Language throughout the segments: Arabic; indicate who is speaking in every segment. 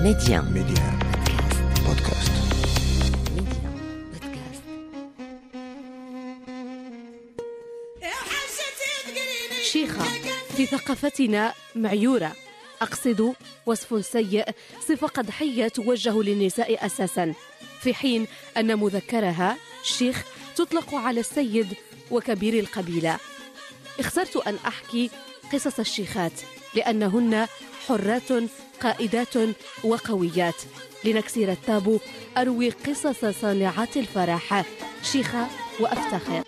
Speaker 1: Média
Speaker 2: بودكاست.
Speaker 3: شيخة في ثقافتنا معيورة، أقصد وصف سيء، صفة قدحية توجه للنساء أساساً، في حين أن مذكرها شيخ تطلق على السيد وكبير القبيلة. اخترت أن أحكي قصص الشيخات لأنهن حرات قائدات وقويات. لنكسر التابو أروي قصص صانعات الفرح، شيخة وأفتخر.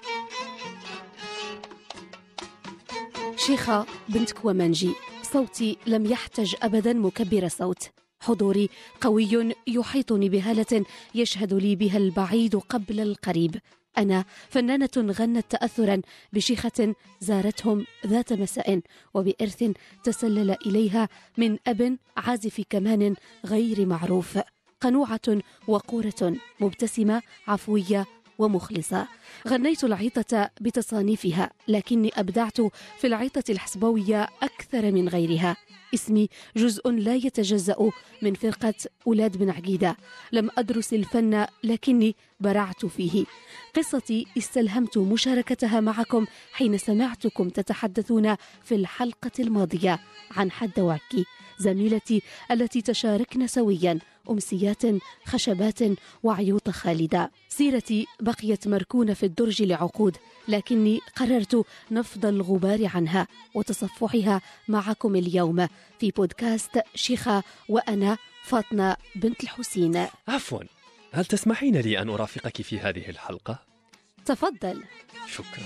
Speaker 3: شيخة بنت كومانجي، صوتي لم يحتج أبدا مكبر صوت، حضوري قوي يحيطني بهالة يشهد لي بها البعيد قبل القريب. أنا فنانة غنت تأثرا بشيخة زارتهم ذات مساء وبإرث تسلل إليها من أب عازف كمان غير معروف، قنوعة وقورة، مبتسمة عفوية ومخلصة. غنيت العيطة بتصانيفها، لكني أبدعت في العيطة الحسبوية أكثر من غيرها. اسمي جزء لا يتجزأ من فرقة أولاد بن عقيدة. لم أدرس الفن لكني برعت فيه. قصتي استلهمت مشاركتها معكم حين سمعتكم تتحدثون في الحلقة الماضية عن حد وعكي، زميلتي التي تشاركنا سويا أمسيات، خشبات وعيوط خالدة. سيرتي بقيت مركونة في الدرج لعقود، لكني قررت نفض الغبار عنها وتصفحها معكم اليوم في بودكاست شيخة، وأنا فاطمة بنت الحسين.
Speaker 4: عفوا، هل تسمحين لي أن أرافقك في هذه الحلقة؟
Speaker 3: تفضل.
Speaker 4: شكرا.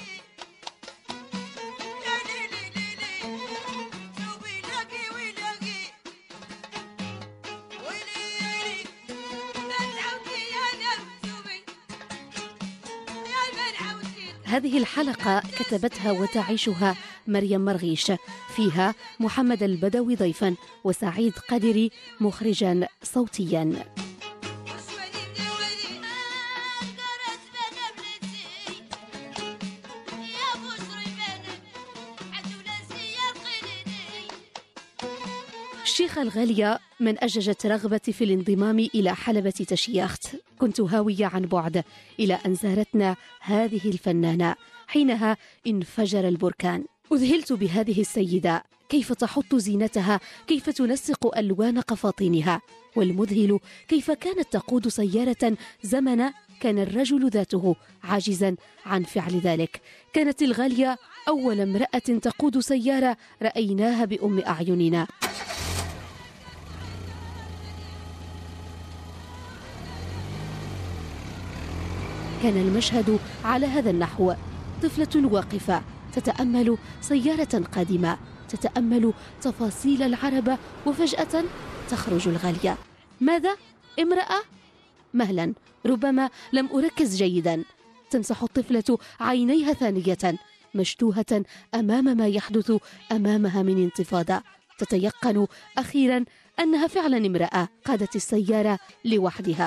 Speaker 3: هذه الحلقة كتبتها وتعيشها مريم مرغيش، فيها محمد البدوي ضيفا وسعيد قدري مخرجا صوتيا. الشيخة الغالية من أججت رغبتي في الانضمام إلى حلبة تشياخت. كنت هاوية عن بعد إلى أن زارتنا هذه الفنانة، حينها انفجر البركان. أذهلت بهذه السيدة، كيف تحط زينتها، كيف تنسق ألوان قفاطينها، والمذهل كيف كانت تقود سيارة زمن كان الرجل ذاته عاجزا عن فعل ذلك. كانت الغالية أول امرأة تقود سيارة رأيناها بأم أعيننا. كان المشهد على هذا النحو: طفلة واقفة تتأمل سيارة قادمة، تتأمل تفاصيل العربة، وفجأة تخرج الغالية. ماذا؟ امرأة؟ مهلا، ربما لم أركز جيدا. تمسح الطفلة عينيها ثانية، مشتوهة أمام ما يحدث أمامها من انتفاضة. تتيقن أخيرا أنها فعلا امرأة قادت السيارة لوحدها.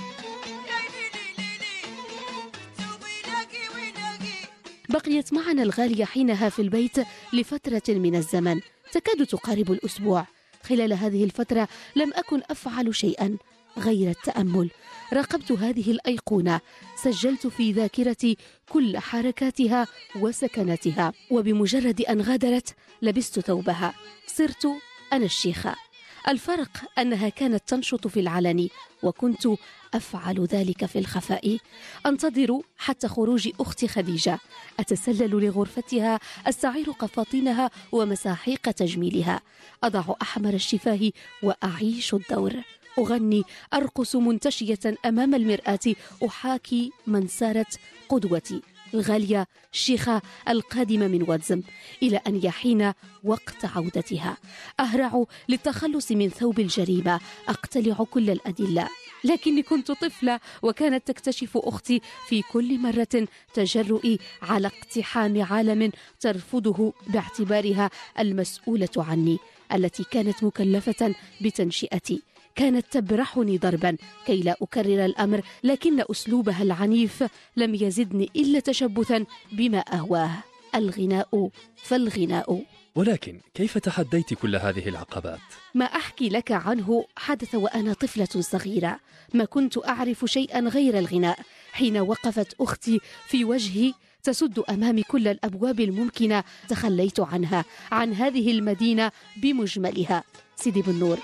Speaker 3: بقيت معنا الغالية حينها في البيت لفترة من الزمن تكاد تقارب الأسبوع. خلال هذه الفترة لم أكن أفعل شيئا غير التأمل. راقبت هذه الأيقونة، سجلت في ذاكرتي كل حركاتها وسكناتها، وبمجرد أن غادرت لبست ثوبها، صرت أنا الشيخة. الفرق أنها كانت تنشط في العلن وكنت أفعل ذلك في الخفاء. أنتظر حتى خروج أختي خديجة، أتسلل لغرفتها، أستعير قفاطينها ومساحيق تجميلها، أضع أحمر الشفاه وأعيش الدور. أغني، أرقص منتشية أمام المرآة، أحاكي من سارت قدوتي، الغالية الشيخة القادمة من واتزم، إلى أن يحين وقت عودتها. أهرع للتخلص من ثوب الجريمة، أقتلع كل الأدلة، لكني كنت طفلة، وكانت تكتشف أختي في كل مرة تجرؤي على اقتحام عالم ترفضه باعتبارها المسؤولة عني، التي كانت مكلفة بتنشئتي. كانت تبرحني ضربا كي لا أكرر الأمر، لكن أسلوبها العنيف لم يزدني إلا تشبثا بما أهواه، الغناء فالغناء.
Speaker 4: ولكن كيف تحديت كل هذه العقبات؟
Speaker 3: ما أحكي لك عنه حدث وأنا طفلة صغيرة، ما كنت أعرف شيئا غير الغناء. حين وقفت أختي في وجهي تسد أمامي كل الأبواب الممكنة، تخليت عنها، عن هذه المدينة بمجملها. سيدي بالنور.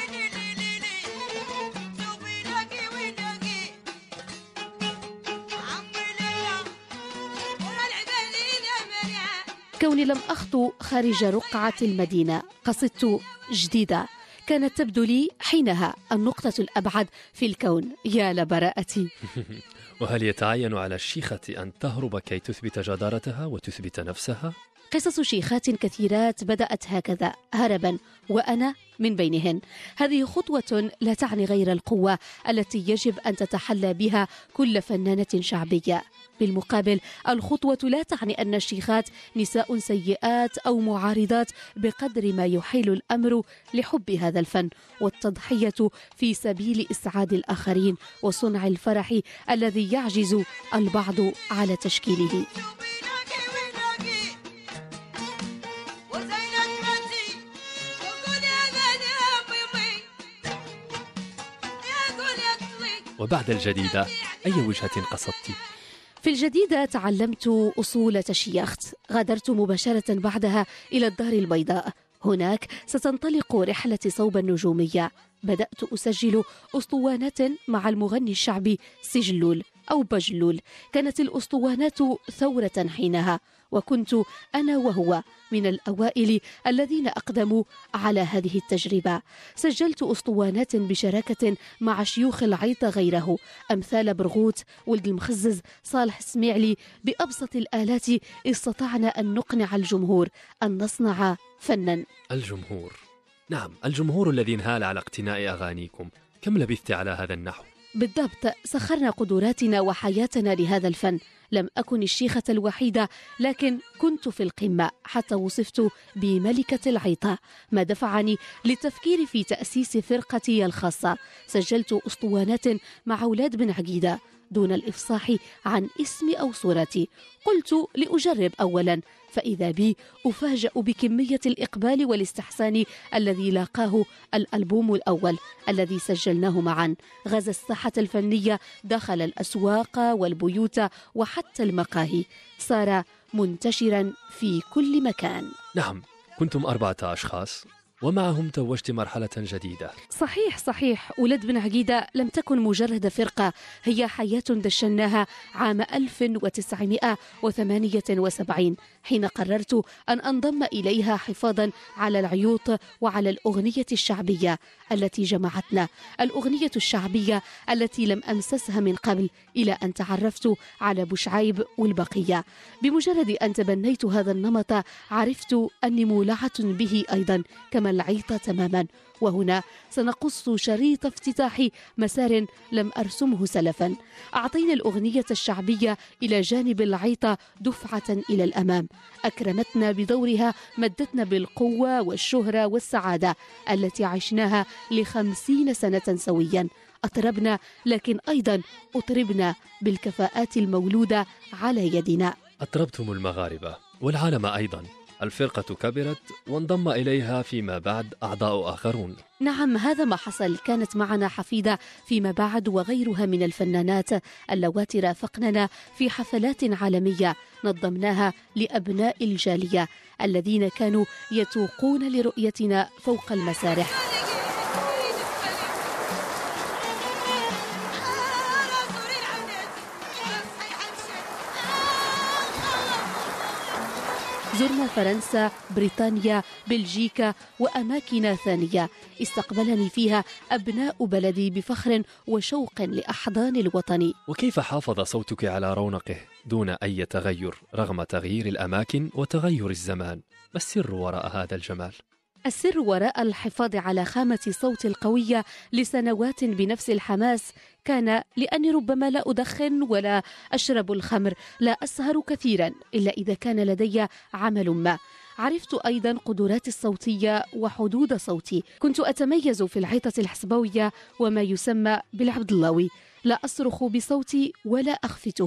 Speaker 3: كوني لم أخطو خارج رقعة المدينة، قصدت جديدة، كانت تبدو لي حينها النقطة الأبعد في الكون. يا لبراءتي.
Speaker 4: وهل يتعين على الشيخة أن تهرب كي تثبت جدارتها وتثبت نفسها؟
Speaker 3: قصص شيخات كثيرات بدأت هكذا هربا، وأنا من بينهن. هذه خطوة لا تعني غير القوة التي يجب أن تتحلى بها كل فنانة شعبية. بالمقابل، الخطوة لا تعني أن الشيخات نساء سيئات أو معارضات، بقدر ما يحيل الأمر لحب هذا الفن والتضحية في سبيل إسعاد الآخرين وصنع الفرح الذي يعجز البعض على تشكيله.
Speaker 4: وبعد الجديدة أي وجهة قصدت؟
Speaker 3: في الجديدة تعلمت أصول تشيخت، غادرت مباشرة بعدها إلى الدار البيضاء. هناك ستنطلق رحلة صوب النجومية. بدأت أسجل أسطوانات مع المغني الشعبي سجلول أو بجلول. كانت الأسطوانات ثورة حينها، وكنت أنا وهو من الأوائل الذين أقدموا على هذه التجربة. سجلت أسطوانات بشراكة مع شيوخ العيط غيره، أمثال برغوت، ولد المخزز، صالح السميعلي. بأبسط الآلات استطعنا أن نقنع الجمهور أن نصنع فنا.
Speaker 4: الجمهور، نعم، الجمهور الذي انهال على اقتناء أغانيكم. كم لبثت على هذا النحو؟
Speaker 3: بالضبط، سخرنا قدراتنا وحياتنا لهذا الفن. لم أكن الشيخة الوحيدة، لكن كنت في القمة، حتى وصفت بملكة العيطة، ما دفعني للتفكير في تأسيس فرقتي الخاصة. سجلت أسطوانات مع أولاد بن عقيدة دون الإفصاح عن اسمي أو صورتي. قلت لأجرب أولا، فإذا بي أفاجأ بكمية الإقبال والاستحسان الذي لاقاه الألبوم الأول الذي سجلناه معا. غزا الساحة الفنية داخل الأسواق والبيوت وحتى المقاهي، صار منتشرا في كل مكان.
Speaker 4: نعم، كنتم 4 أشخاص ومعهم توجت مرحلة جديدة.
Speaker 3: صحيح، ولد بن عقيدة لم تكن مجرد فرقة، هي حياة دشناها عام 1978 حين قررت أن أنضم إليها حفاظا على العيوط وعلى الأغنية الشعبية التي جمعتنا، الأغنية الشعبية التي لم أمسسها من قبل، إلى أن تعرفت على بوشعيب والبقية. بمجرد أن تبنيت هذا النمط عرفت أني مولعة به أيضا كما العيط تماما. وهنا سنقص شريط افتتاح مسار لم أرسمه سلفا. أعطينا الأغنية الشعبية إلى جانب العيطة دفعة إلى الأمام، أكرمتنا بدورها، مدتنا بالقوة والشهرة والسعادة التي عشناها ل50 سنة سويا. أطربنا، لكن أيضا أطربنا بالكفاءات المولودة على يدنا.
Speaker 4: أطربتم المغاربة والعالم أيضا. الفرقة كبرت وانضم إليها فيما بعد أعضاء آخرون.
Speaker 3: نعم، هذا ما حصل. كانت معنا حفيدة فيما بعد وغيرها من الفنانات اللواتي رافقننا في حفلات عالمية نظمناها لأبناء الجالية الذين كانوا يتوقون لرؤيتنا فوق المسارح. زرنا فرنسا، بريطانيا، بلجيكا وأماكن ثانية استقبلني فيها أبناء بلدي بفخر وشوق لأحضان الوطن.
Speaker 4: وكيف حافظ صوتك على رونقه دون أي تغير رغم تغيير الأماكن وتغير الزمان؟ ما السر وراء هذا الجمال؟
Speaker 3: السر وراء الحفاظ على خامة صوت القوية لسنوات بنفس الحماس كان لأني ربما لا أدخن ولا أشرب الخمر، لا أسهر كثيرا إلا إذا كان لدي عمل ما. عرفت أيضا قدراتي الصوتية وحدود صوتي. كنت أتميز في العيطة الحسبوية وما يسمى بالعبد اللوي، لا أصرخ بصوتي ولا أخفته،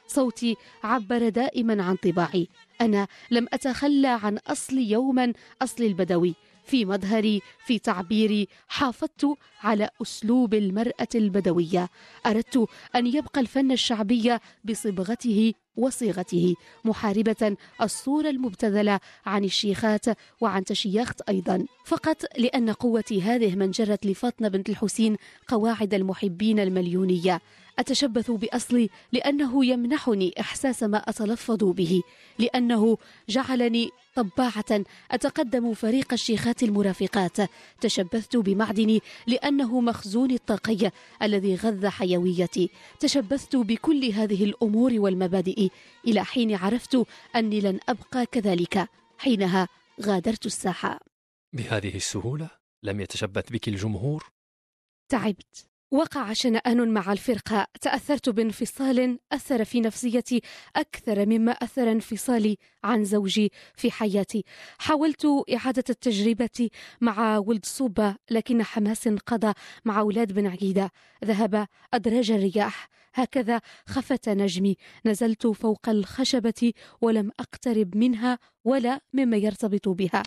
Speaker 3: صوتي عبر دائما عن طباعي. أنا لم أتخلى عن أصلي يوما، أصل البدوي. في مظهري، في تعبيري، حافظت على أسلوب المرأة البدوية. أردت أن يبقى الفن الشعبي بصبغته وصيغته، محاربة الصورة المبتذلة عن الشيخات وعن تشياخت أيضا، فقط لأن قوتي هذه من جرت لفاطمة بنت الحسين قواعد المحبين المليونية. أتشبث بأصلي لأنه يمنحني إحساس ما أتلفظ به، لأنه جعلني طباعة أتقدم فريق الشيخات المرافقات. تشبثت بمعدني لأنه مخزون الطاقية الذي غذى حيويتي. تشبثت بكل هذه الأمور والمبادئ إلى حين عرفت أني لن أبقى كذلك. حينها غادرت الساحة.
Speaker 4: بهذه السهولة لم يتشبث بك الجمهور؟
Speaker 3: تعبت. وقع شنآن مع الفرقة. تأثرت بانفصال أثر في نفسيتي أكثر مما أثر انفصالي عن زوجي في حياتي. حاولت إعادة التجربة مع ولد صوبة، لكن حماس انقضى مع أولاد بن عقيدة. ذهب أدراج الرياح. هكذا خفت نجمي. نزلت فوق الخشبة ولم أقترب منها ولا مما يرتبط بها.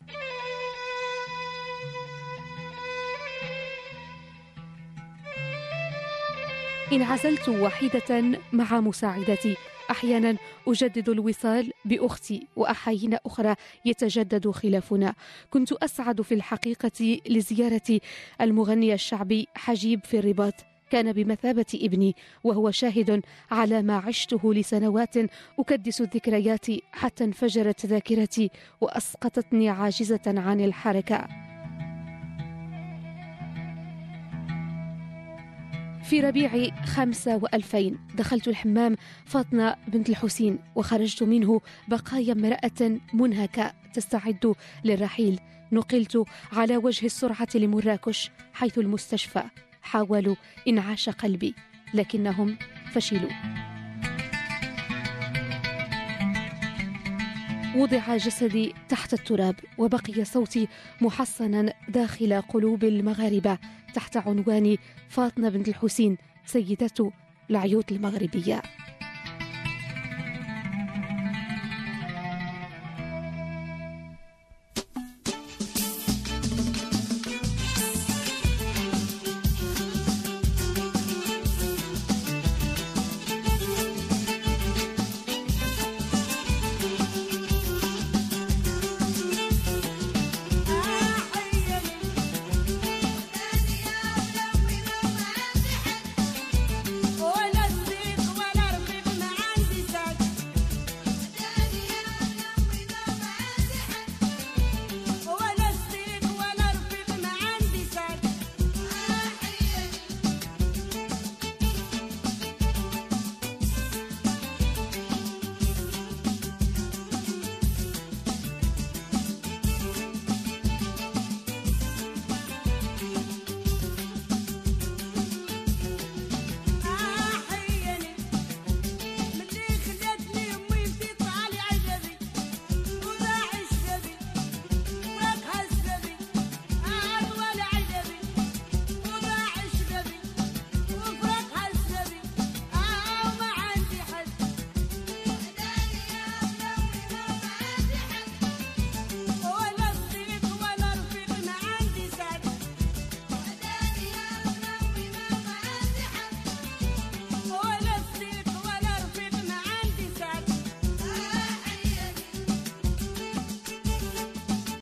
Speaker 3: انعزلت وحيدة مع مساعدتي. أحيانا أجدد الوصال بأختي، وأحيان أخرى يتجدد خلافنا. كنت أسعد في الحقيقة لزيارة المغني الشعبي حجيب في الرباط. كان بمثابة ابني، وهو شاهد على ما عشته لسنوات. أكدس الذكريات حتى انفجرت ذاكرتي وأسقطتني عاجزة عن الحركة. في ربيع 5 و2000 دخلت الحمام فاطمة بنت الحسين، وخرجت منه بقايا امرأة منهكة تستعد للرحيل. نقلت على وجه السرعة لمراكش، حيث المستشفى حاولوا إنعاش قلبي لكنهم فشلوا. وضع جسدي تحت التراب، وبقي صوتي محصنا داخل قلوب المغاربة تحت عنوان فاطمة بنت الحسين سيدة العيوط المغربية.